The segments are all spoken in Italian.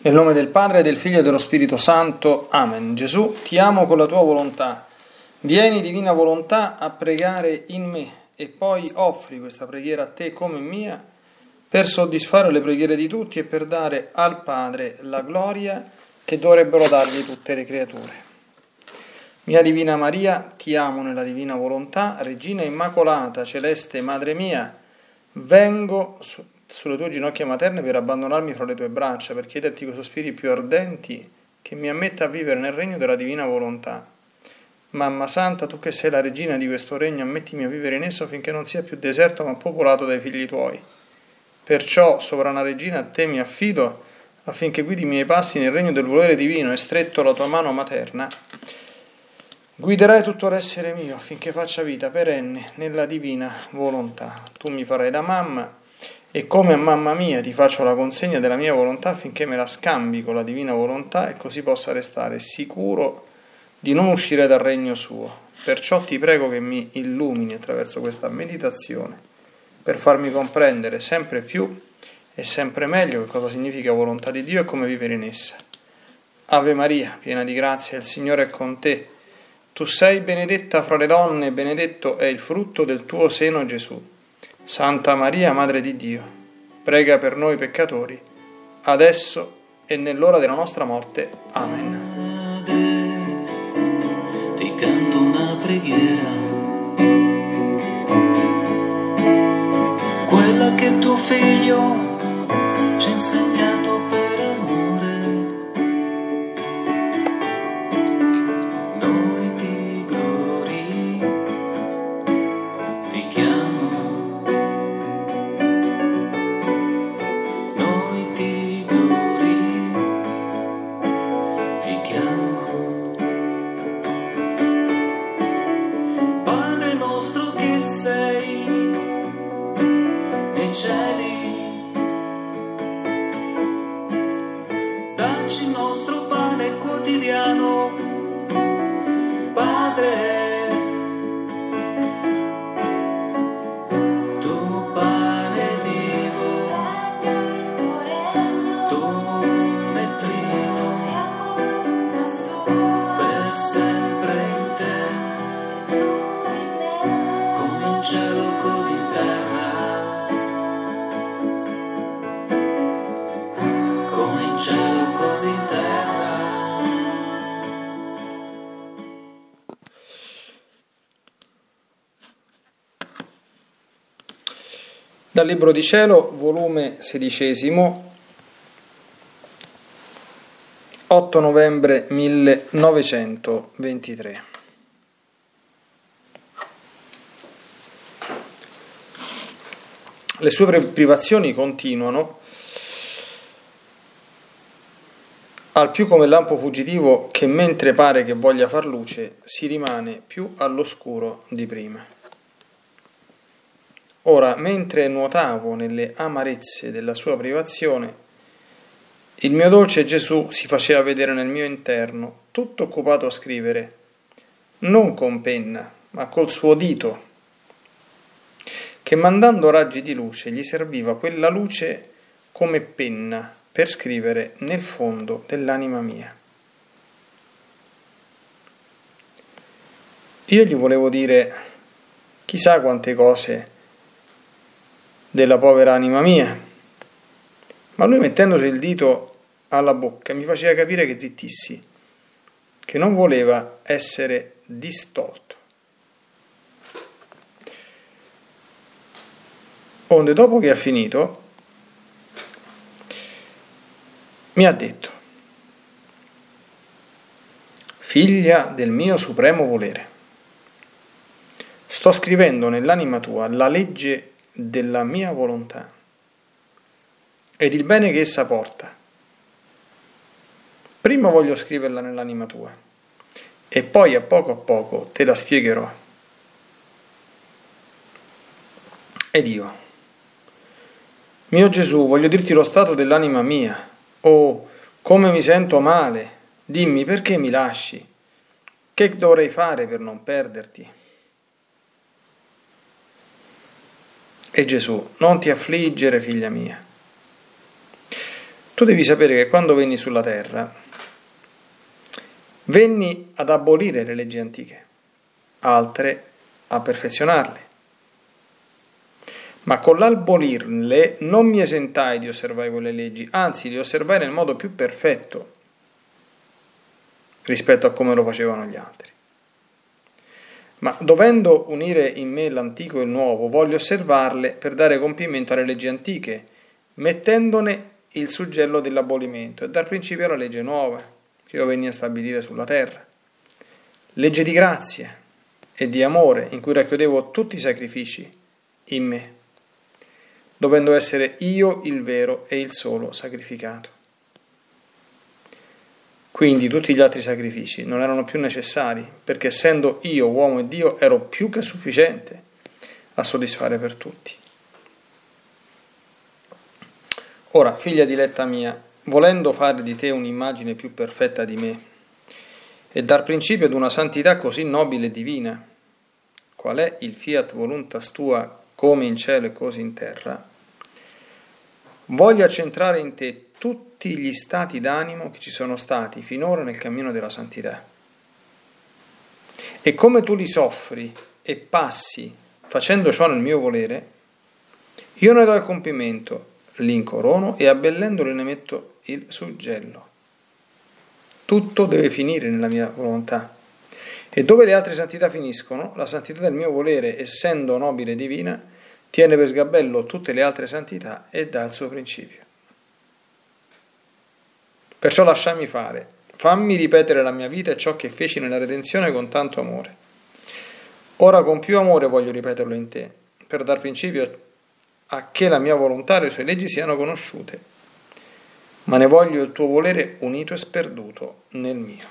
Nel nome del Padre, del Figlio e dello Spirito Santo. Amen. Gesù, ti amo con la tua volontà. Vieni, divina volontà, a pregare in me e poi offri questa preghiera a te come mia per soddisfare le preghiere di tutti e per dare al Padre la gloria che dovrebbero dargli tutte le creature. Mia Divina Maria, ti amo nella divina volontà, Regina Immacolata, Celeste Madre mia, vengo sulle tue ginocchia materne per abbandonarmi fra le tue braccia, per chiederti con sospiri più ardenti che mi ammetta a vivere nel regno della divina volontà. Mamma Santa, tu che sei la regina di questo regno, ammettimi a vivere in esso finché non sia più deserto ma popolato dai figli tuoi. Perciò, sovrana regina, a te mi affido affinché guidi i miei passi nel regno del volere divino e stretto la tua mano materna, guiderai tutto l'essere mio affinché faccia vita perenne nella divina volontà. Tu mi farai da mamma e come a mamma mia ti faccio la consegna della mia volontà affinché me la scambi con la divina volontà e così possa restare sicuro di non uscire dal regno suo. Perciò ti prego che mi illumini attraverso questa meditazione per farmi comprendere sempre più e sempre meglio che cosa significa volontà di Dio e come vivere in essa. Ave Maria, piena di grazia, il Signore è con te. Tu sei benedetta fra le donne e benedetto è il frutto del tuo seno, Gesù. Santa Maria, Madre di Dio, prega per noi peccatori, adesso e nell'ora della nostra morte. Amen. Madre, ti canto una preghiera, quella che tuo figlio ci ha insegnato per amore. Noi ti glorifichiamo, noi ti glorifichiamo. Padre nostro che sei nei cieli, dacci il nostro pane quotidiano. Padre, tu pane vivo, tu netrino, per sempre in te, come in cielo così in terra, come in cielo così in terra. Dal Libro di Cielo, volume 16, 8 novembre 1923. Le sue privazioni continuano, al più come il lampo fuggitivo che mentre pare che voglia far luce si rimane più all'oscuro di prima. Ora, mentre nuotavo nelle amarezze della sua privazione, il mio dolce Gesù si faceva vedere nel mio interno, tutto occupato a scrivere, non con penna, ma col suo dito, che mandando raggi di luce gli serviva quella luce come penna per scrivere nel fondo dell'anima mia. Io gli volevo dire chissà quante cose della povera anima mia, ma lui mettendosi il dito alla bocca mi faceva capire che zittissi, che non voleva essere distolto. Onde dopo che ha finito mi ha detto: figlia del mio supremo volere, sto scrivendo nell'anima tua la legge della mia volontà ed il bene che essa porta. Prima voglio scriverla nell'anima tua e poi a poco te la spiegherò. Ed io, mio Gesù, voglio dirti lo stato dell'anima mia. Oh, come mi sento male, dimmi perché mi lasci, che dovrei fare per non perderti? E Gesù: non ti affliggere, figlia mia. Tu devi sapere che quando venni sulla terra, venni ad abolire le leggi antiche, altre a perfezionarle. Ma con l'abolirle non mi esentai di osservare quelle leggi, anzi le osservai nel modo più perfetto rispetto a come lo facevano gli altri. Ma dovendo unire in me l'antico e il nuovo, voglio osservarle per dare compimento alle leggi antiche, mettendone il suggello dell'abolimento e dar principio alla legge nuova che io venni a stabilire sulla terra. Legge di grazia e di amore in cui racchiudevo tutti i sacrifici in me, dovendo essere io il vero e il solo sacrificato. Quindi tutti gli altri sacrifici non erano più necessari, perché essendo io uomo e Dio ero più che sufficiente a soddisfare per tutti. Ora, figlia diletta mia, volendo fare di te un'immagine più perfetta di me e dar principio ad una santità così nobile e divina, qual è il fiat voluntas tua come in cielo e così in terra, voglio accentrare in te tutti gli stati d'animo che ci sono stati finora nel cammino della santità. E come tu li soffri e passi facendo ciò nel mio volere, io ne do il compimento, li incorono e abbellendoli ne metto il suggello. Tutto deve finire nella mia volontà. E dove le altre santità finiscono, la santità del mio volere, essendo nobile e divina, tiene per sgabello tutte le altre santità e dà il suo principio. Perciò lasciami fare, fammi ripetere la mia vita e ciò che feci nella redenzione con tanto amore. Ora con più amore voglio ripeterlo in te, per dar principio a che la mia volontà e le sue leggi siano conosciute, ma ne voglio il tuo volere unito e sperduto nel mio.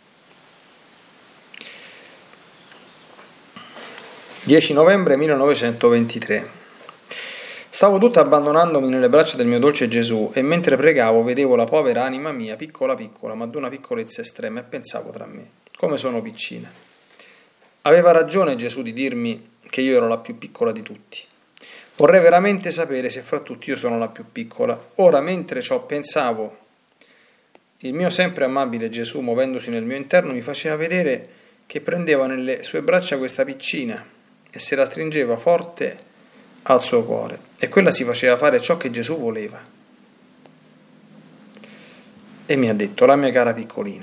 10 novembre 1923. Stavo tutta abbandonandomi nelle braccia del mio dolce Gesù e mentre pregavo vedevo la povera anima mia, piccola piccola, ma d'una piccolezza estrema, e pensavo tra me, come sono piccina. Aveva ragione Gesù di dirmi che io ero la più piccola di tutti. Vorrei veramente sapere se fra tutti io sono la più piccola. Ora, mentre ciò pensavo, il mio sempre amabile Gesù, muovendosi nel mio interno, mi faceva vedere che prendeva nelle sue braccia questa piccina e se la stringeva forte al suo cuore, e quella si faceva fare ciò che Gesù voleva. E mi ha detto: la mia cara piccolina,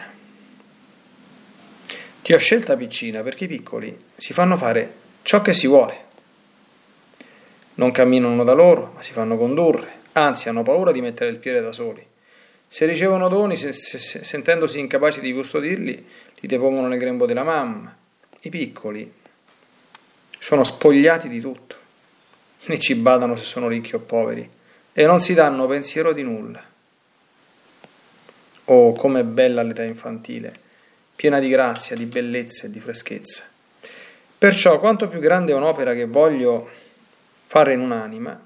ti ho scelta piccina perché i piccoli si fanno fare ciò che si vuole. Non camminano da loro, ma si fanno condurre, anzi hanno paura di mettere il piede da soli. Se ricevono doni, sentendosi incapaci di custodirli, li depongono nel grembo della mamma. I piccoli sono spogliati di tutto, né ci badano se sono ricchi o poveri, e non si danno pensiero di nulla. Oh, com'è bella l'età infantile, piena di grazia, di bellezza e di freschezza. Perciò, quanto più grande è un'opera che voglio fare in un'anima,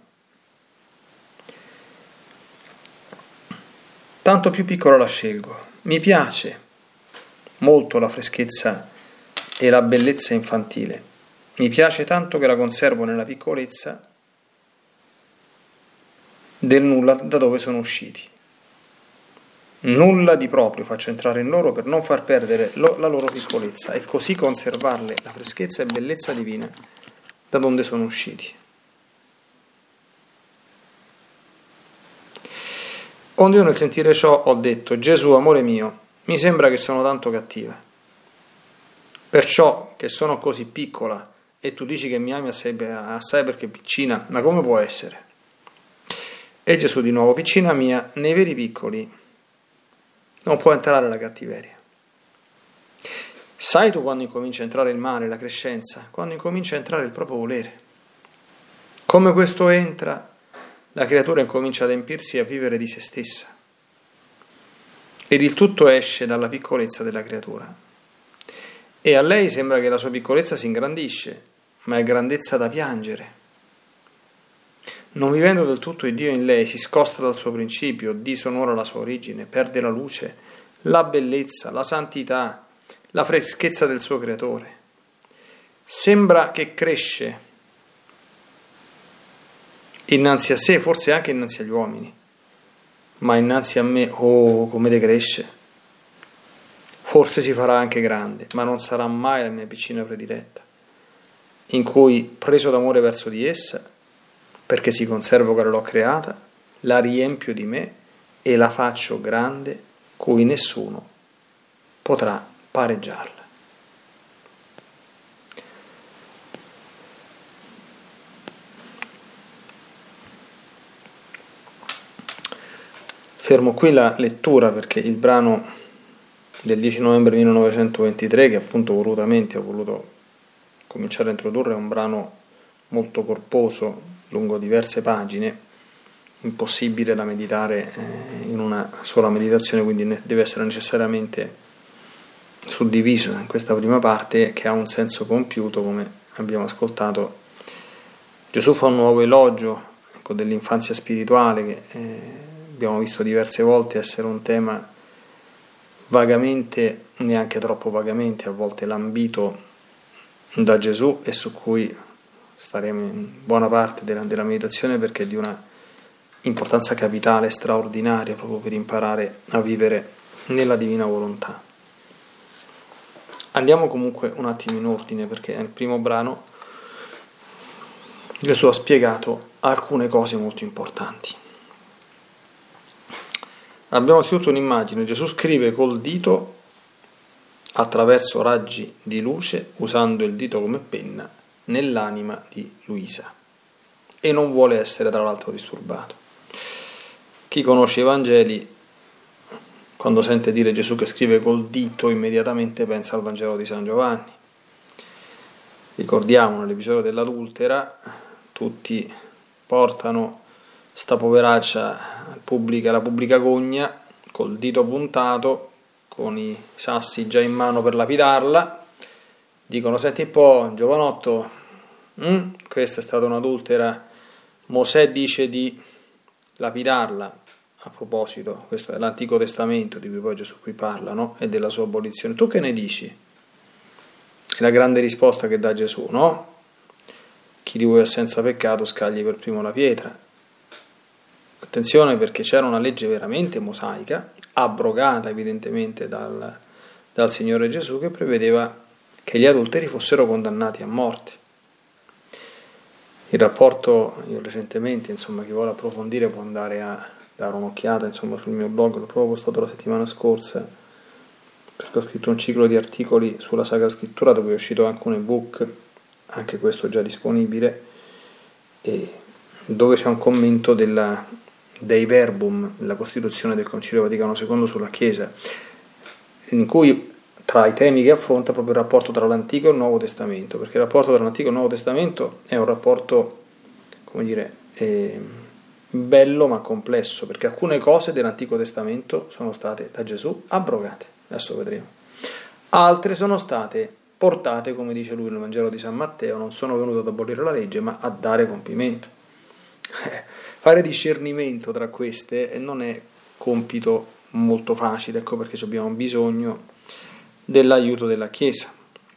tanto più piccola la scelgo. Mi piace molto la freschezza e la bellezza infantile. Mi piace tanto che la conservo nella piccolezza del nulla da dove sono usciti. Nulla di proprio faccio entrare in loro per non far perdere la loro piccolezza e così conservarle la freschezza e bellezza divina da donde sono usciti. Onde io nel sentire ciò ho detto: Gesù, amore mio, mi sembra che sono tanto cattiva. Perciò che sono così piccola e tu dici che mi ami assai perché piccina, ma come può essere? E Gesù di nuovo: piccina mia, nei veri piccoli non può entrare la cattiveria. Sai tu quando incomincia a entrare il male, la crescenza? Quando incomincia a entrare il proprio volere. Come questo entra, la creatura incomincia ad empirsi e a vivere di se stessa. Ed il tutto esce dalla piccolezza della creatura. E a lei sembra che la sua piccolezza si ingrandisce, ma è grandezza da piangere. Non vivendo del tutto il Dio in lei, si scosta dal suo principio, disonora la sua origine, perde la luce, la bellezza, la santità, la freschezza del suo creatore. Sembra che cresce innanzi a sé, forse anche innanzi agli uomini, ma innanzi a me, oh, come decresce. Forse si farà anche grande, ma non sarà mai la mia piccina prediletta, in cui, preso d'amore verso di essa, perché si conserva quale l'ho creata, la riempio di me e la faccio grande, cui nessuno potrà pareggiarla. Fermo qui la lettura perché il brano del 10 novembre 1923, che appunto volutamente ho voluto cominciare a introdurre, è un brano molto corposo, lungo diverse pagine, impossibile da meditare in una sola meditazione, quindi deve essere necessariamente suddiviso in questa prima parte che ha un senso compiuto, come abbiamo ascoltato. Gesù fa un nuovo elogio, ecco, dell'infanzia spirituale, che abbiamo visto diverse volte essere un tema vagamente, neanche troppo vagamente, a volte lambito da Gesù e su cui staremo in buona parte della meditazione perché è di una importanza capitale, straordinaria, proprio per imparare a vivere nella divina volontà. Andiamo comunque un attimo in ordine perché nel primo brano Gesù ha spiegato alcune cose molto importanti. Abbiamo anzitutto un'immagine, Gesù scrive col dito attraverso raggi di luce, usando il dito come penna, nell'anima di Luisa, e non vuole essere tra l'altro disturbato. Chi conosce i Vangeli, quando sente dire Gesù che scrive col dito, immediatamente pensa al Vangelo di San Giovanni. Ricordiamo nell'episodio dell'adultera, tutti portano sta poveraccia alla pubblica gogna col dito puntato, con i sassi già in mano per lapidarla, dicono: senti un po', giovanotto, questa è stata un'adultera, Mosè dice di lapidarla. A proposito, questo è l'Antico Testamento di cui poi Gesù qui parla, no? E della sua abolizione. Tu che ne dici? È la grande risposta che dà Gesù, no? Chi di voi è senza peccato scagli per primo la pietra. Attenzione, perché c'era una legge veramente mosaica, abrogata evidentemente dal Signore Gesù, che prevedeva che gli adulteri fossero condannati a morte. Il rapporto, io recentemente, insomma, chi vuole approfondire può andare a dare un'occhiata, insomma, sul mio blog, l'ho proprio postato la settimana scorsa, perché ho scritto un ciclo di articoli sulla Sacra Scrittura, dove è uscito anche un ebook, anche questo già disponibile, e dove c'è un commento dei verbum, la Costituzione del Concilio Vaticano II sulla Chiesa, in cui tra i temi che affronta proprio il rapporto tra l'Antico e il Nuovo Testamento, perché il rapporto tra l'Antico e il Nuovo Testamento è un rapporto, come dire, bello ma complesso, perché alcune cose dell'Antico Testamento sono state da Gesù abrogate, adesso vedremo, altre sono state portate, come dice lui nel Vangelo di San Matteo, non sono venuto ad abolire la legge ma a dare compimento. Fare discernimento tra queste non è compito molto facile, ecco perché abbiamo bisogno dell'aiuto della Chiesa.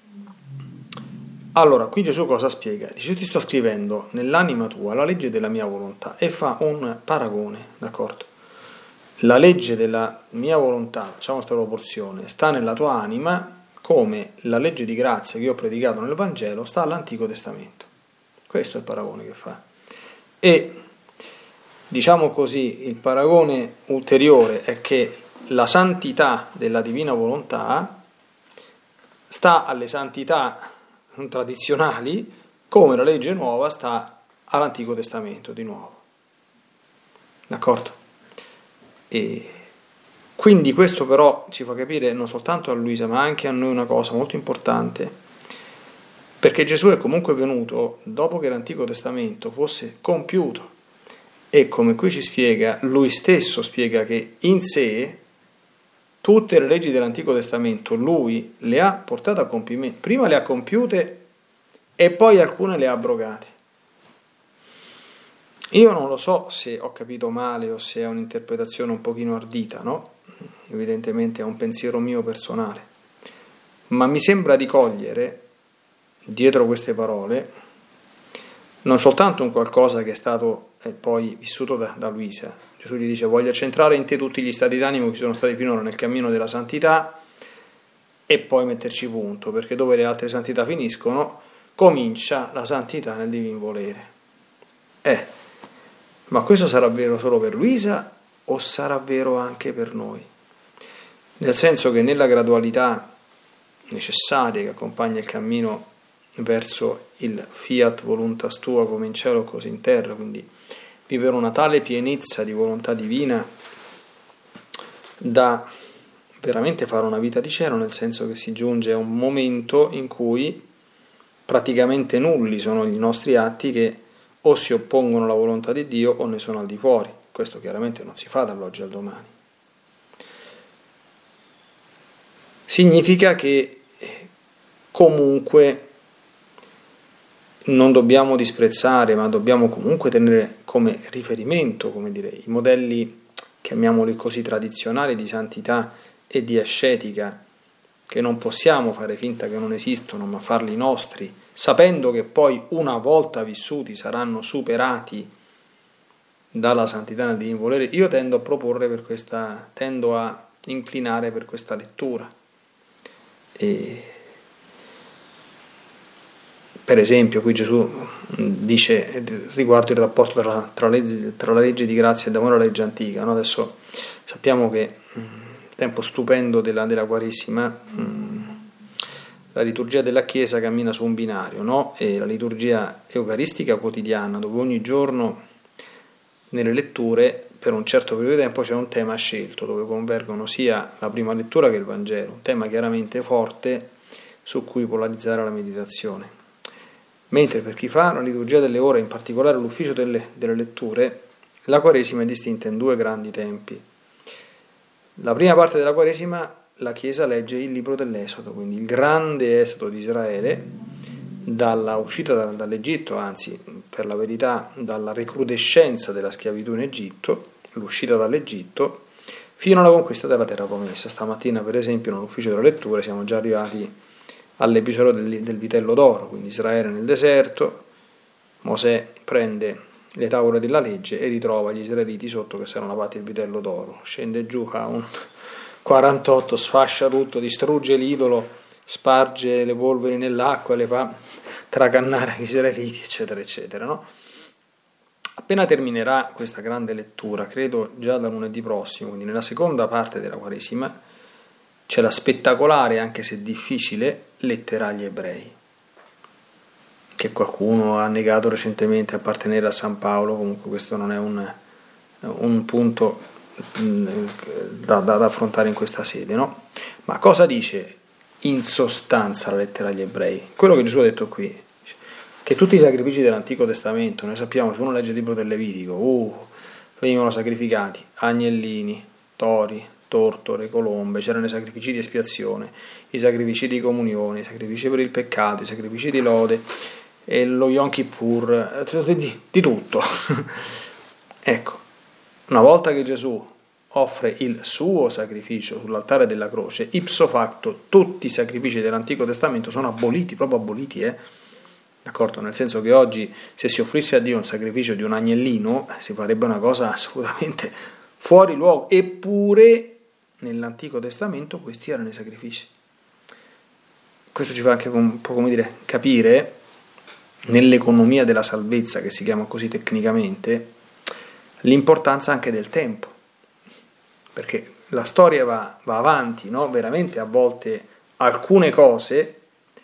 Allora, qui Gesù cosa spiega? Dice: ti sto scrivendo nell'anima tua la legge della mia volontà, e fa un paragone, d'accordo? La legge della mia volontà, facciamo questa proporzione, sta nella tua anima come la legge di grazia che io ho predicato nel Vangelo sta all'Antico Testamento. Questo è il paragone che fa. E diciamo così, il paragone ulteriore è che la santità della divina volontà sta alle santità tradizionali come la legge nuova sta all'Antico Testamento di nuovo, d'accordo? E quindi questo però ci fa capire non soltanto a Luisa ma anche a noi una cosa molto importante, perché Gesù è comunque venuto dopo che l'Antico Testamento fosse compiuto, e come qui ci spiega, lui stesso spiega che in sé tutte le leggi dell'Antico Testamento lui le ha portate a compimento, prima le ha compiute e poi alcune le ha abrogate. Io non lo so se ho capito male o se è un'interpretazione un pochino ardita, no? Evidentemente è un pensiero mio personale, ma mi sembra di cogliere dietro queste parole non soltanto un qualcosa che è stato poi vissuto da Luisa. Gesù gli dice: voglio accentrare in te tutti gli stati d'animo che sono stati finora nel cammino della santità e poi metterci punto, perché dove le altre santità finiscono comincia la santità nel divin volere. Ma questo sarà vero solo per Luisa o sarà vero anche per noi? Nel senso che nella gradualità necessaria che accompagna il cammino verso il fiat voluntas tua come in cielo così in terra, quindi vivere una tale pienezza di volontà divina da veramente fare una vita di cielo, nel senso che si giunge a un momento in cui praticamente nulli sono i nostri atti che o si oppongono alla volontà di Dio o ne sono al di fuori. Questo chiaramente non si fa dall'oggi al domani. Significa che comunque non dobbiamo disprezzare, ma dobbiamo comunque tenere come riferimento, come dire, i modelli, chiamiamoli così, tradizionali di santità e di ascetica, che non possiamo fare finta che non esistono, ma farli nostri, sapendo che poi una volta vissuti saranno superati dalla santità nel divin volere. Io tendo a proporre tendo a inclinare per questa lettura. Per esempio, qui Gesù dice riguardo il rapporto tra la legge di grazia e d'amore e la legge antica, no? Adesso sappiamo che tempo stupendo della Quaresima, la liturgia della Chiesa cammina su un binario, no? E la liturgia eucaristica quotidiana, dove ogni giorno nelle letture per un certo periodo di tempo c'è un tema scelto, dove convergono sia la prima lettura che il Vangelo, un tema chiaramente forte su cui polarizzare la meditazione. Mentre per chi fa la liturgia delle ore, in particolare l'ufficio delle letture, la Quaresima è distinta in due grandi tempi. La prima parte della Quaresima la Chiesa legge il libro dell'Esodo, quindi il grande esodo di Israele, dalla uscita dall'Egitto, anzi per la verità dalla recrudescenza della schiavitù in Egitto, l'uscita dall'Egitto, fino alla conquista della terra promessa. Stamattina per esempio nell'ufficio delle letture siamo già arrivati all'episodio del vitello d'oro, quindi Israele nel deserto, Mosè prende le tavole della legge e ritrova gli israeliti sotto che si erano lavati il vitello d'oro, scende giù a un 48, sfascia tutto, distrugge l'idolo, sparge le polveri nell'acqua, le fa tracannare gli israeliti, eccetera eccetera, no? Appena terminerà questa grande lettura, credo già da lunedì prossimo, quindi nella seconda parte della Quaresima, c'è la spettacolare, anche se difficile, lettera agli ebrei, che qualcuno ha negato recentemente appartenere a San Paolo. Comunque questo non è un punto da affrontare in questa sede, no? Ma cosa dice in sostanza la lettera agli ebrei? Quello che Gesù ha detto qui, che tutti i sacrifici dell'Antico Testamento, noi sappiamo, se uno legge il libro del Levitico, venivano sacrificati agnellini, tori, tortore, colombe, c'erano i sacrifici di espiazione, i sacrifici di comunione, i sacrifici per il peccato, i sacrifici di lode, e lo Yom Kippur, di tutto. Ecco, una volta che Gesù offre il suo sacrificio sull'altare della croce, ipso facto tutti i sacrifici dell'Antico Testamento sono aboliti, proprio aboliti, d'accordo? Nel senso che oggi se si offrisse a Dio un sacrificio di un agnellino si farebbe una cosa assolutamente fuori luogo, eppure nell'Antico Testamento questi erano i sacrifici. Questo ci fa anche un po', come dire, capire nell'economia della salvezza, che si chiama così tecnicamente, l'importanza anche del tempo, perché la storia va avanti, no? Veramente a volte alcune cose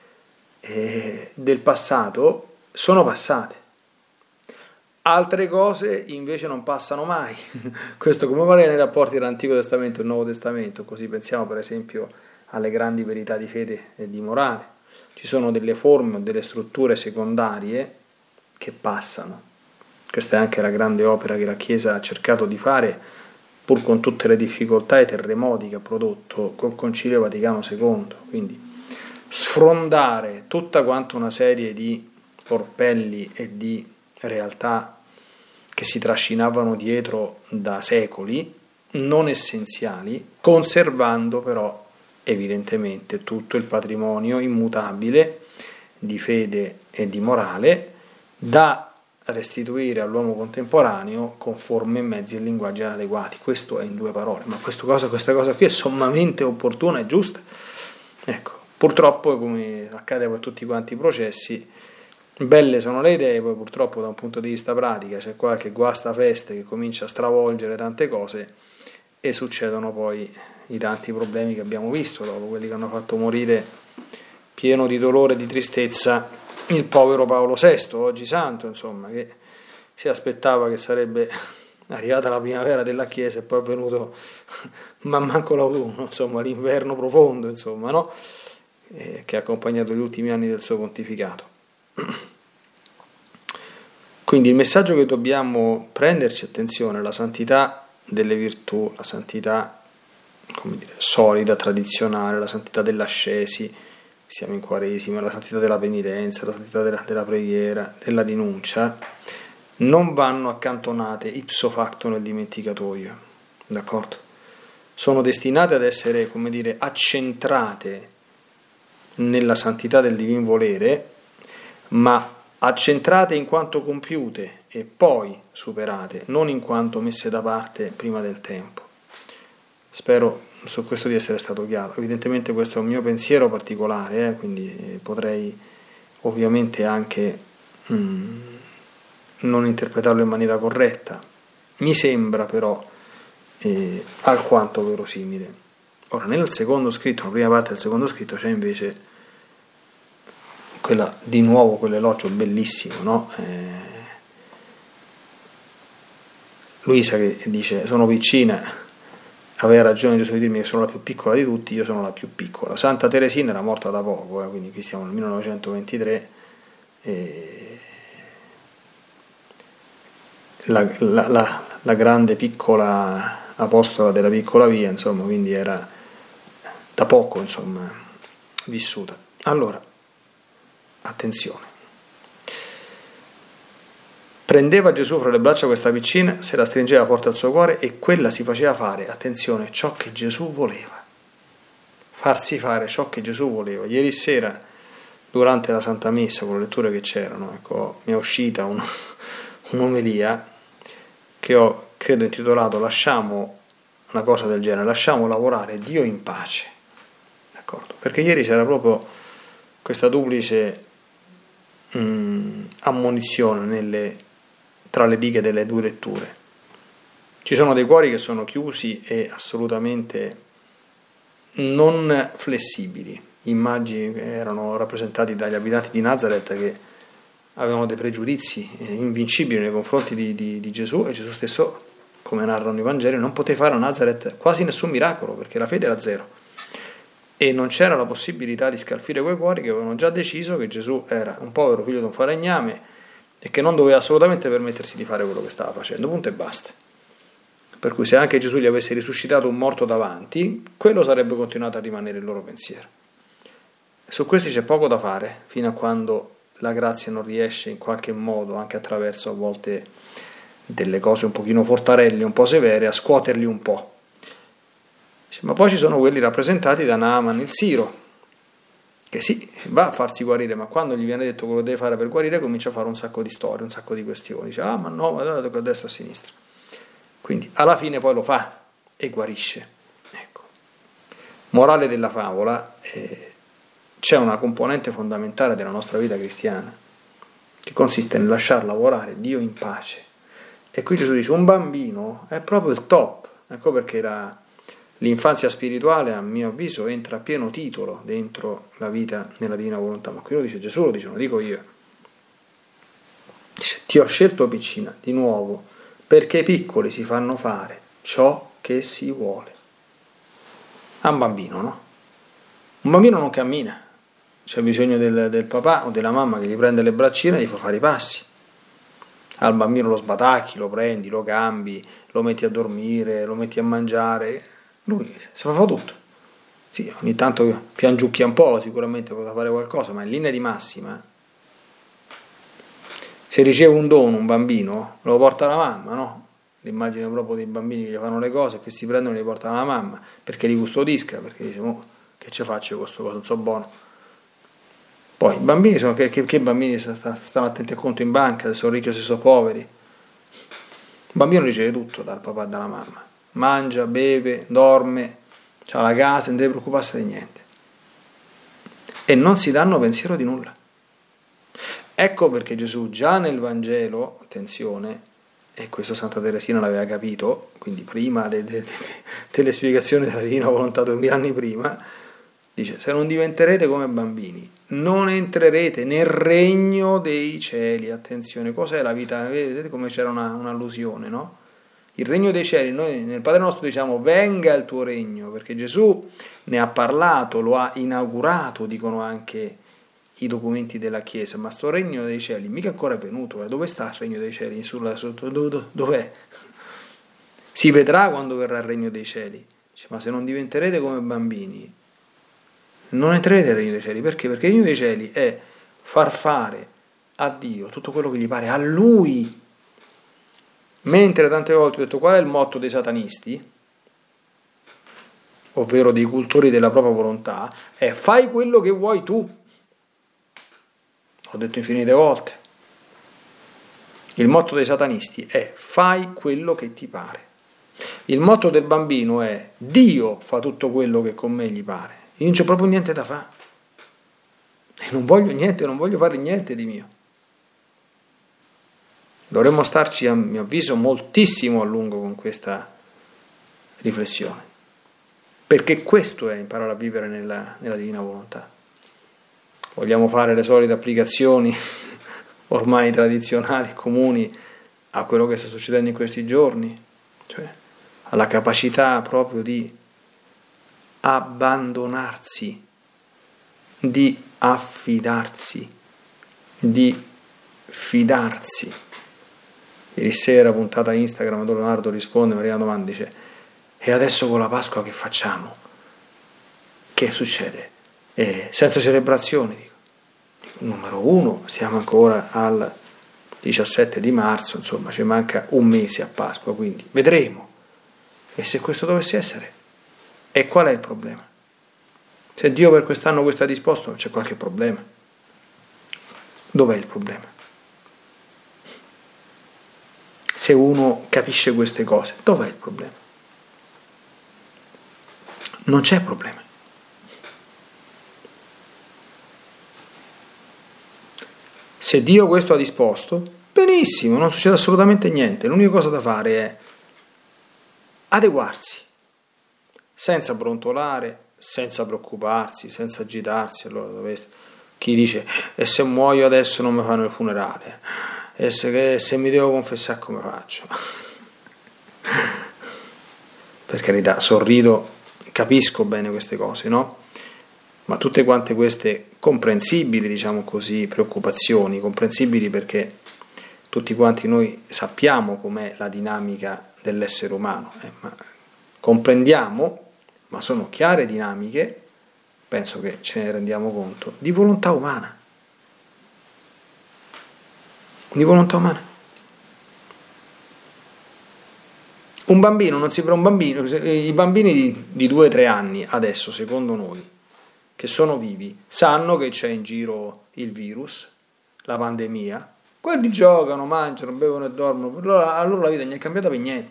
del passato sono passate, altre cose invece non passano mai. Questo come vale nei rapporti tra l'Antico Testamento e il Nuovo Testamento. Così pensiamo per esempio alle grandi verità di fede e di morale. Ci sono delle forme o delle strutture secondarie che passano. Questa è anche la grande opera che la Chiesa ha cercato di fare, pur con tutte le difficoltà e i terremoti che ha prodotto col Concilio Vaticano II. Quindi sfrondare tutta quanta una serie di orpelli e di realtà che si trascinavano dietro da secoli, non essenziali, conservando però evidentemente tutto il patrimonio immutabile di fede e di morale da restituire all'uomo contemporaneo con forme, mezzi e linguaggi adeguati. Questo è in 2 parole, ma questa cosa qui è sommamente opportuna e giusta. Ecco, purtroppo, come accade per tutti quanti i processi, belle sono le idee, poi purtroppo da un punto di vista pratico c'è qualche guastafeste che comincia a stravolgere tante cose e succedono poi i tanti problemi che abbiamo visto dopo, quelli che hanno fatto morire pieno di dolore e di tristezza il povero Paolo VI, oggi santo, insomma, che si aspettava che sarebbe arrivata la primavera della Chiesa e poi è venuto man manco l'autunno, insomma, l'inverno profondo, insomma, no? Che ha accompagnato gli ultimi anni del suo pontificato. Quindi il messaggio che dobbiamo prenderci, attenzione, la santità delle virtù, la santità, come dire, solida, tradizionale, la santità dell'ascesi, siamo in Quaresima, la santità della penitenza, la santità della preghiera, della rinuncia, non vanno accantonate ipso facto nel dimenticatoio, d'accordo? Sono destinate ad essere, come dire, accentrate nella santità del divin volere, ma accentrate in quanto compiute e poi superate, non in quanto messe da parte prima del tempo. Spero su questo di essere stato chiaro. Evidentemente questo è un mio pensiero particolare, quindi potrei ovviamente anche non interpretarlo in maniera corretta. Mi sembra però alquanto verosimile. Ora, nel secondo scritto, la prima parte del secondo scritto, c'è invece quell'elogio bellissimo, no? Luisa che dice: sono piccina, aveva ragione Gesù di dirmi che sono la più piccola di tutti, io sono la più piccola. Santa Teresina era morta da poco, quindi qui siamo nel 1923, la grande piccola apostola della piccola via, insomma, quindi era da poco, insomma, vissuta. Allora, attenzione. Prendeva Gesù fra le braccia questa piccina, se la stringeva forte al suo cuore e quella si faceva fare, attenzione, ciò che Gesù voleva. Farsi fare ciò che Gesù voleva. Ieri sera, durante la Santa Messa, con le letture che c'erano, ecco, mi è uscita un'omelia che ho, credo, intitolato "Lasciamo", una cosa del genere, "Lasciamo lavorare Dio in pace". D'accordo? Perché ieri c'era proprio questa duplice ammonizione tra le righe delle 2 letture. Ci sono dei cuori che sono chiusi e assolutamente non flessibili, immagini che erano rappresentati dagli abitanti di Nazareth che avevano dei pregiudizi invincibili nei confronti di Gesù, e Gesù stesso, come narrano i Vangeli, non poté fare a Nazareth quasi nessun miracolo perché la fede era zero e non c'era la possibilità di scalfire quei cuori che avevano già deciso che Gesù era un povero figlio di un falegname e che non doveva assolutamente permettersi di fare quello che stava facendo, punto e basta. Per cui se anche Gesù gli avesse risuscitato un morto davanti, quello sarebbe continuato a rimanere il loro pensiero. Su questi c'è poco da fare, fino a quando la grazia non riesce in qualche modo, anche attraverso a volte delle cose un pochino fortarelle, un po' severe, a scuoterli un po'. Ma poi ci sono quelli rappresentati da Naaman il Siro, che sì, va a farsi guarire, ma quando gli viene detto quello che deve fare per guarire comincia a fare un sacco di storie, un sacco di questioni, dice: ma no, ma tocca a destra e a sinistra. Quindi alla fine poi lo fa e guarisce. Ecco. Morale della favola, c'è una componente fondamentale della nostra vita cristiana che consiste nel lasciar lavorare Dio in pace, e qui Gesù dice: un bambino è proprio il top. Ecco perché l'infanzia spirituale, a mio avviso, entra a pieno titolo dentro la vita nella divina volontà. Ma qui lo dice Gesù, lo dice, non lo dico io. Dice: ti ho scelto piccina, di nuovo, perché i piccoli si fanno fare ciò che si vuole. A un bambino, no? Un bambino non cammina, c'è bisogno del papà o della mamma che gli prende le braccine e gli fa fare i passi. Al bambino lo sbatacchi, lo prendi, lo cambi, lo metti a dormire, lo metti a mangiare. Lui si fa tutto. Sì, ogni tanto piangiucchia un po', sicuramente potrà fare qualcosa, ma in linea di massima, se riceve un dono un bambino, lo porta la mamma, no? L'immagine proprio dei bambini che gli fanno le cose, che si prendono e li portano la mamma, perché li custodisca, perché dice: che ci faccio con questo cosa, non so buono. Poi i bambini sono che bambini stanno attenti al conto in banca, se sono ricchi o se sono poveri. Il bambino riceve tutto dal papà e dalla mamma, mangia, beve, dorme, ha la casa, non deve preoccuparsi di niente e non si danno pensiero di nulla. Ecco perché Gesù già nel Vangelo, attenzione, e questo Santa Teresina l'aveva capito, quindi prima delle spiegazioni della Divina Volontà 2000 anni prima, dice: se non diventerete come bambini non entrerete nel regno dei cieli. Attenzione, cos'è la vita? Vedete come c'era un'allusione, no? Il regno dei cieli, noi nel Padre nostro diciamo venga il tuo regno, perché Gesù ne ha parlato, lo ha inaugurato, dicono anche i documenti della Chiesa, ma sto regno dei cieli mica ancora è venuto. Dove sta il regno dei cieli? Dov'è? Si vedrà quando verrà il regno dei cieli. Dice, ma se non diventerete come bambini non entrerete nel regno dei cieli. Perché? Perché il regno dei cieli è far fare a Dio tutto quello che gli pare, a Lui. Mentre tante volte ho detto qual è il motto dei satanisti, ovvero dei cultori della propria volontà, è fai quello che vuoi tu. Ho detto infinite volte. Il motto dei satanisti è fai quello che ti pare. Il motto del bambino è Dio fa tutto quello che con me gli pare. Io non c'ho proprio niente da fare. E non voglio niente, non voglio fare niente di mio. Dovremmo starci, a mio avviso, moltissimo a lungo con questa riflessione. Perché questo è imparare a vivere nella Divina Volontà. Vogliamo fare le solite applicazioni ormai tradizionali, comuni a quello che sta succedendo in questi giorni, cioè alla capacità proprio di abbandonarsi, di affidarsi, di fidarsi. Ieri sera, puntata Instagram, dove Leonardo risponde, Maria domanda, dice: e adesso con la Pasqua che facciamo? Che succede? Senza celebrazioni? Dico, numero uno, stiamo ancora al 17 di marzo, insomma ci manca un mese a Pasqua, quindi vedremo. E se questo dovesse essere? E qual è il problema? Se Dio per quest'anno questo ha disposto, c'è qualche problema. Dov'è il problema? Se uno capisce queste cose, dov'è il problema? Non c'è problema. Se Dio questo ha disposto, benissimo, non succede assolutamente niente. L'unica cosa da fare è adeguarsi, senza brontolare, senza preoccuparsi, senza agitarsi. Allora, chi dice, e se muoio adesso non mi fanno il funerale? E se mi devo confessare come faccio? Per carità, sorrido, capisco bene queste cose, no? Ma tutte quante queste comprensibili, diciamo così, preoccupazioni, comprensibili perché tutti quanti noi sappiamo com'è la dinamica dell'essere umano, ma comprendiamo, ma sono chiare dinamiche, penso che ce ne rendiamo conto, di volontà umana. Di volontà umana. Un bambino non si un bambino, i bambini di 2-3 anni adesso, secondo noi, che sono vivi, sanno che c'è in giro il virus, la pandemia, quelli giocano, mangiano, bevono e dormono, allora la vita non è cambiata per niente.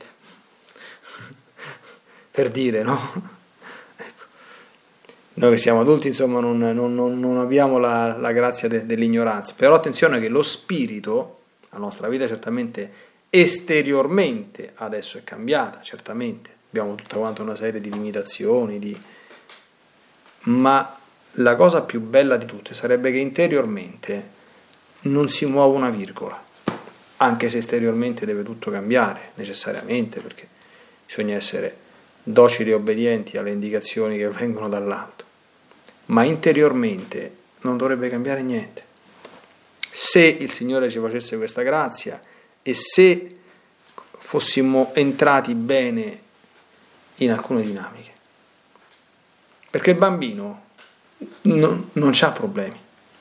Per dire, no? Ecco. Noi che siamo adulti, insomma, non abbiamo la grazia dell'ignoranza, però attenzione che lo spirito, la nostra vita certamente esteriormente adesso è cambiata, certamente, abbiamo tutta quanta una serie di limitazioni, ma la cosa più bella di tutte sarebbe che interiormente non si muove una virgola, anche se esteriormente deve tutto cambiare necessariamente, perché bisogna essere docili e obbedienti alle indicazioni che vengono dall'alto, ma interiormente non dovrebbe cambiare niente. Se il Signore ci facesse questa grazia e se fossimo entrati bene in alcune dinamiche, perché il bambino non c'ha problemi.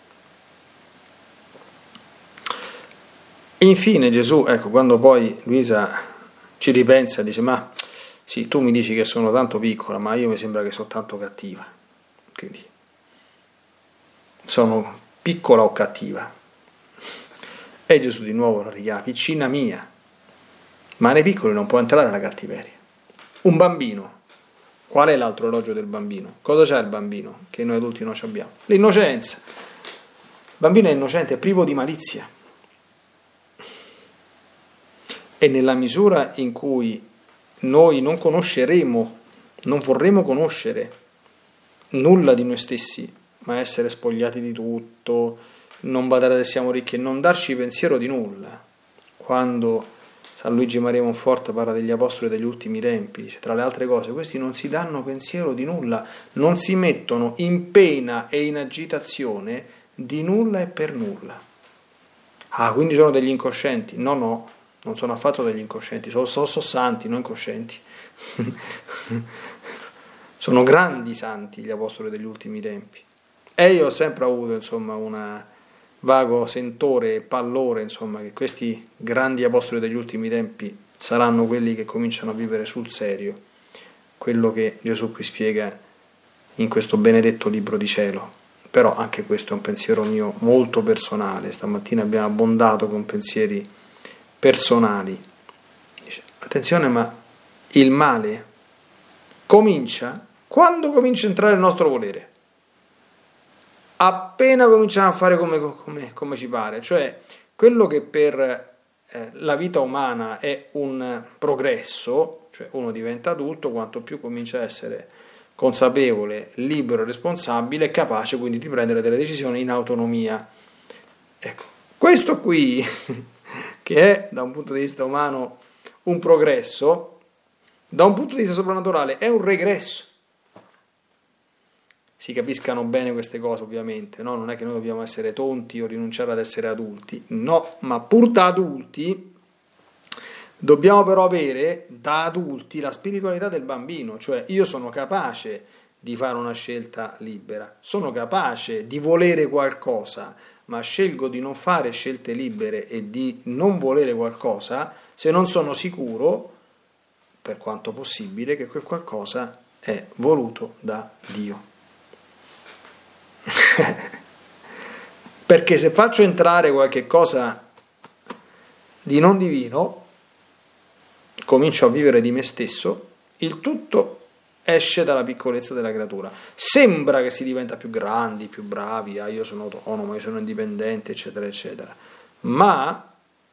Infine Gesù, ecco, quando poi Luisa ci ripensa, dice: ma sì, tu mi dici che sono tanto piccola, ma io mi sembra che sono tanto cattiva, quindi sono piccola o cattiva. E Gesù di nuovo la richiama, piccina mia, ma nei piccoli non può entrare la cattiveria. Un bambino, qual è l'altro orologio del bambino? Cosa c'ha il bambino che noi adulti non abbiamo? L'innocenza. Il bambino è innocente, è privo di malizia. E nella misura in cui noi non conosceremo, non vorremmo conoscere nulla di noi stessi, ma essere spogliati di tutto, non badare se siamo ricchi e non darci pensiero di nulla. Quando San Luigi Maria Monforte parla degli apostoli degli ultimi tempi, dice, tra le altre cose, questi non si danno pensiero di nulla, non si mettono in pena e in agitazione di nulla e per nulla. Ah, quindi sono degli incoscienti? No, non sono affatto degli incoscienti, sono santi, non incoscienti. Sono grandi santi gli apostoli degli ultimi tempi. E io ho sempre avuto, un vago sentore e pallore, che questi grandi apostoli degli ultimi tempi saranno quelli che cominciano a vivere sul serio quello che Gesù qui spiega in questo benedetto libro di cielo. Però anche questo è un pensiero mio molto personale. Stamattina abbiamo abbondato con pensieri personali. Dice, attenzione, ma il male comincia quando comincia a entrare il nostro volere. Appena cominciamo a fare come ci pare, cioè quello che per la vita umana è un progresso, cioè uno diventa adulto quanto più comincia a essere consapevole, libero, responsabile e capace quindi di prendere delle decisioni in autonomia. Ecco, questo qui che è da un punto di vista umano un progresso, da un punto di vista soprannaturale è un regresso. Si capiscano bene queste cose, ovviamente, no? Non è che noi dobbiamo essere tonti o rinunciare ad essere adulti, no, ma pur da adulti dobbiamo però avere da adulti la spiritualità del bambino, cioè io sono capace di fare una scelta libera, sono capace di volere qualcosa, ma scelgo di non fare scelte libere e di non volere qualcosa se non sono sicuro, per quanto possibile, che quel qualcosa è voluto da Dio. Perché se faccio entrare qualche cosa di non divino, comincio a vivere di me stesso, il tutto esce dalla piccolezza della creatura. Sembra che si diventa più grandi, più bravi, io sono autonomo, io sono indipendente, eccetera, eccetera. Ma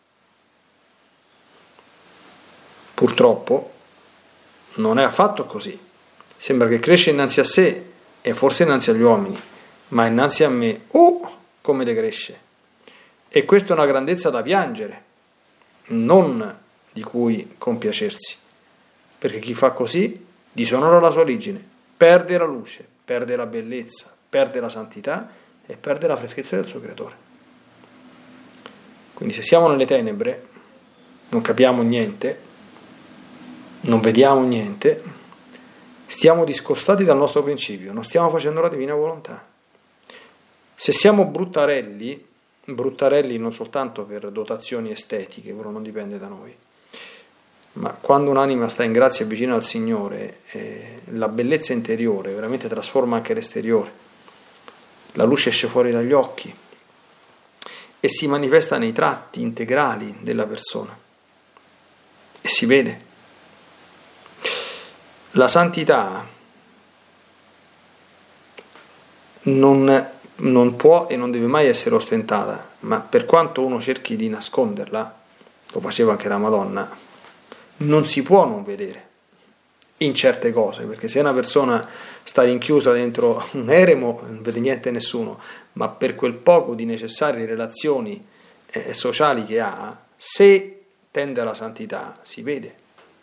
purtroppo non è affatto così. Sembra che cresce innanzi a sé e forse innanzi agli uomini, ma innanzi a me, come decresce. E questa è una grandezza da piangere, non di cui compiacersi, perché chi fa così disonora la sua origine, perde la luce, perde la bellezza, perde la santità e perde la freschezza del suo creatore. Quindi se siamo nelle tenebre, non capiamo niente, non vediamo niente, stiamo discostati dal nostro principio, non stiamo facendo la divina volontà. Se siamo bruttarelli non soltanto per dotazioni estetiche, però non dipende da noi, ma quando un'anima sta in grazia e vicina al Signore, la bellezza interiore veramente trasforma anche l'esteriore, la luce esce fuori dagli occhi e si manifesta nei tratti integrali della persona e si vede. La santità non può e non deve mai essere ostentata, ma per quanto uno cerchi di nasconderla, lo faceva anche la Madonna, non si può non vedere in certe cose, perché se una persona sta rinchiusa dentro un eremo non vede niente nessuno, ma per quel poco di necessarie relazioni sociali che ha, se tende alla santità si vede,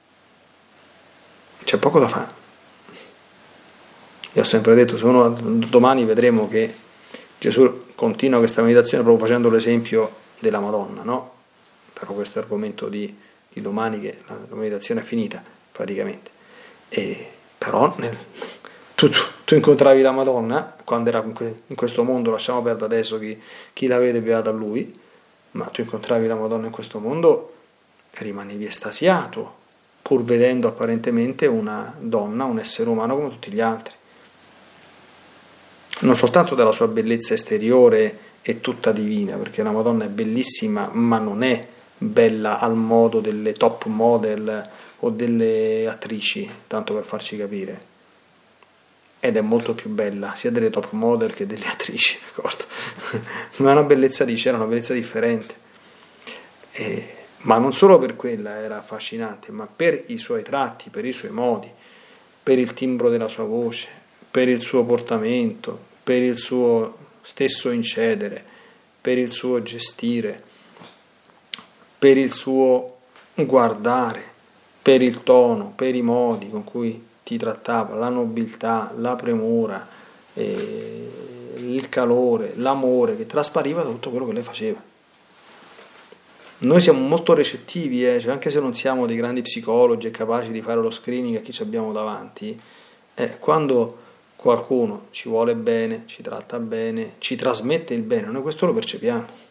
c'è poco da fare. Io ho sempre detto, se uno domani vedremo che Gesù continua questa meditazione proprio facendo l'esempio della Madonna, no? Però questo è argomento di domani, che la meditazione è finita praticamente. Però tu incontravi la Madonna quando era in questo mondo, lasciamo perdere adesso chi la vede beato a lui, ma tu incontravi la Madonna in questo mondo e rimanevi estasiato, pur vedendo apparentemente una donna, un essere umano come tutti gli altri. Non soltanto della sua bellezza esteriore è tutta divina, perché la Madonna è bellissima, ma non è bella al modo delle top model o delle attrici, tanto per farci capire, ed è molto più bella sia delle top model che delle attrici, d'accordo? Ma è una bellezza di cielo, una bellezza differente, ma non solo per quella era affascinante, ma per i suoi tratti, per i suoi modi, per il timbro della sua voce, per il suo portamento, per il suo stesso incedere, per il suo gestire, per il suo guardare, per il tono, per i modi con cui ti trattava, la nobiltà, la premura, il calore, l'amore che traspariva da tutto quello che lei faceva. Noi siamo molto recettivi, cioè anche se non siamo dei grandi psicologi e capaci di fare lo screening a chi ci abbiamo davanti, quando qualcuno ci vuole bene, ci tratta bene, ci trasmette il bene, noi questo lo percepiamo.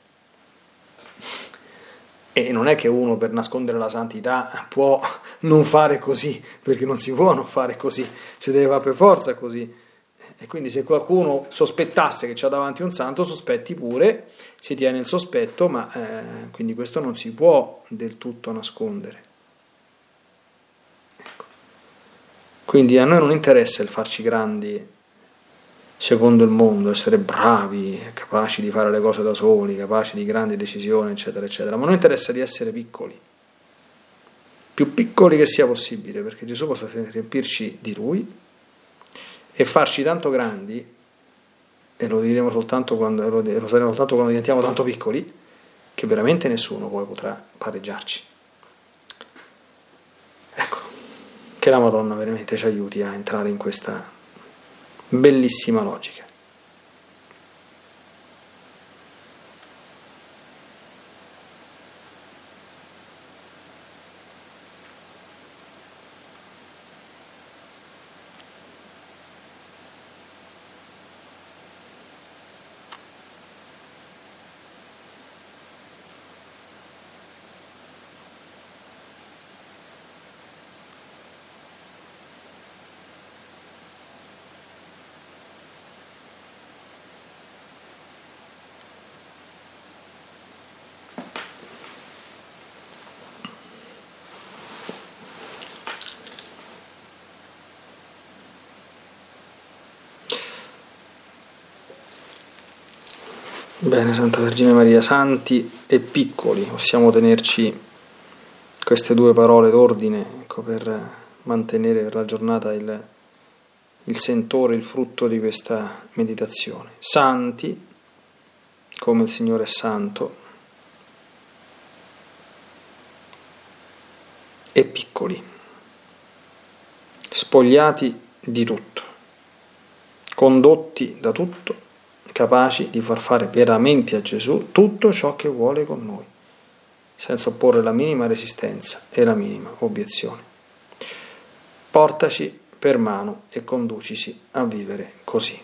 E non è che uno per nascondere la santità può non fare così, perché non si può non fare così, si deve fare per forza così. E quindi se qualcuno sospettasse che c'ha davanti un santo, sospetti pure, si tiene il sospetto, ma quindi questo non si può del tutto nascondere. Ecco. Quindi a noi non interessa il farci grandi secondo il mondo, essere bravi, capaci di fare le cose da soli, capaci di grandi decisioni, eccetera, eccetera, ma a noi interessa di essere piccoli, più piccoli che sia possibile, perché Gesù possa riempirci di Lui e farci tanto grandi, e lo diremo soltanto quando lo saremo soltanto quando diventiamo tanto piccoli, che veramente nessuno poi potrà pareggiarci. Ecco, che la Madonna veramente ci aiuti a entrare in questa bellissima logica. Bene, Santa Vergine Maria, santi e piccoli, possiamo tenerci queste due parole d'ordine, ecco, per mantenere per la giornata il sentore, il frutto di questa meditazione. Santi, come il Signore è santo, e piccoli, spogliati di tutto, condotti da tutto, capaci di far fare veramente a Gesù tutto ciò che vuole con noi, senza opporre la minima resistenza e la minima obiezione. Portaci per mano e conducici a vivere così.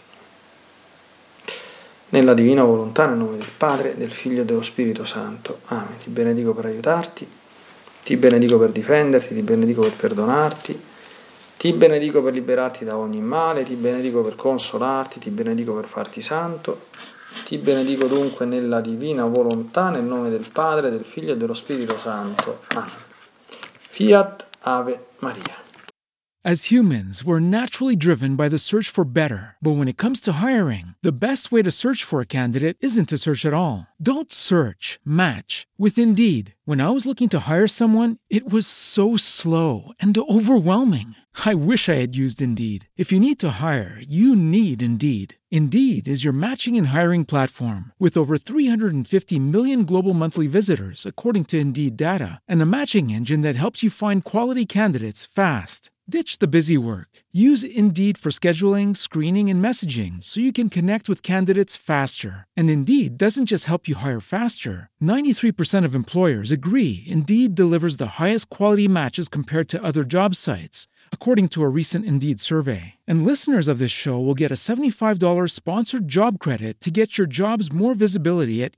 Nella divina volontà, nel nome del Padre, del Figlio e dello Spirito Santo. Amen. Ti benedico per aiutarti, ti benedico per difenderti, ti benedico per perdonarti, ti benedico per liberarti da ogni male, ti benedico per consolarti, ti benedico per farti santo, ti benedico dunque nella divina volontà, nel nome del Padre, del Figlio e dello Spirito Santo. Amen. Fiat Ave Maria. As humans, we're naturally driven by the search for better. But when it comes to hiring, the best way to search for a candidate isn't to search at all. Don't search, match with Indeed. When I was looking to hire someone, it was so slow and overwhelming. I wish I had used Indeed. If you need to hire, you need Indeed. Indeed is your matching and hiring platform with over 350 million global monthly visitors, according to Indeed data, and a matching engine that helps you find quality candidates fast. Ditch the busy work. Use Indeed for scheduling, screening, and messaging so you can connect with candidates faster. And Indeed doesn't just help you hire faster. 93% of employers agree Indeed delivers the highest quality matches compared to other job sites, according to a recent Indeed survey. And listeners of this show will get a $75 sponsored job credit to get your jobs more visibility at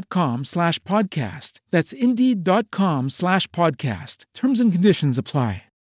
Indeed.com/podcast. That's Indeed.com/podcast. Terms and conditions apply.